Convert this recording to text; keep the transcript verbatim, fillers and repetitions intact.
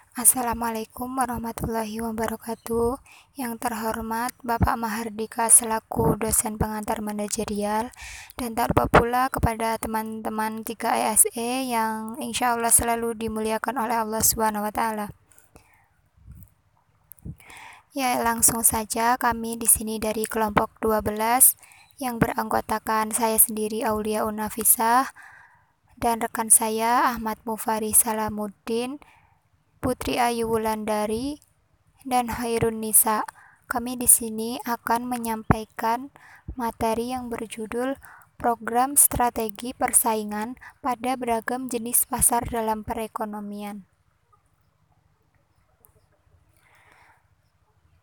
Assalamualaikum warahmatullahi wabarakatuh. Yang terhormat Bapak Mahardika selaku dosen pengantar manajerial, dan tak lupa pula kepada teman-teman tiga E S E yang insya Allah selalu dimuliakan oleh Allah Subhanahu wa Ta'ala. Ya, langsung saja kami di sini dari kelompok dua belas yang beranggotakan saya sendiri Aulia Unafisah dan rekan saya Ahmad Mufari Salamuddin, Putri Ayu Wulandari, dan Hairun Nisa. Kami di sini akan menyampaikan materi yang berjudul Program Strategi Persaingan pada Beragam Jenis Pasar dalam Perekonomian.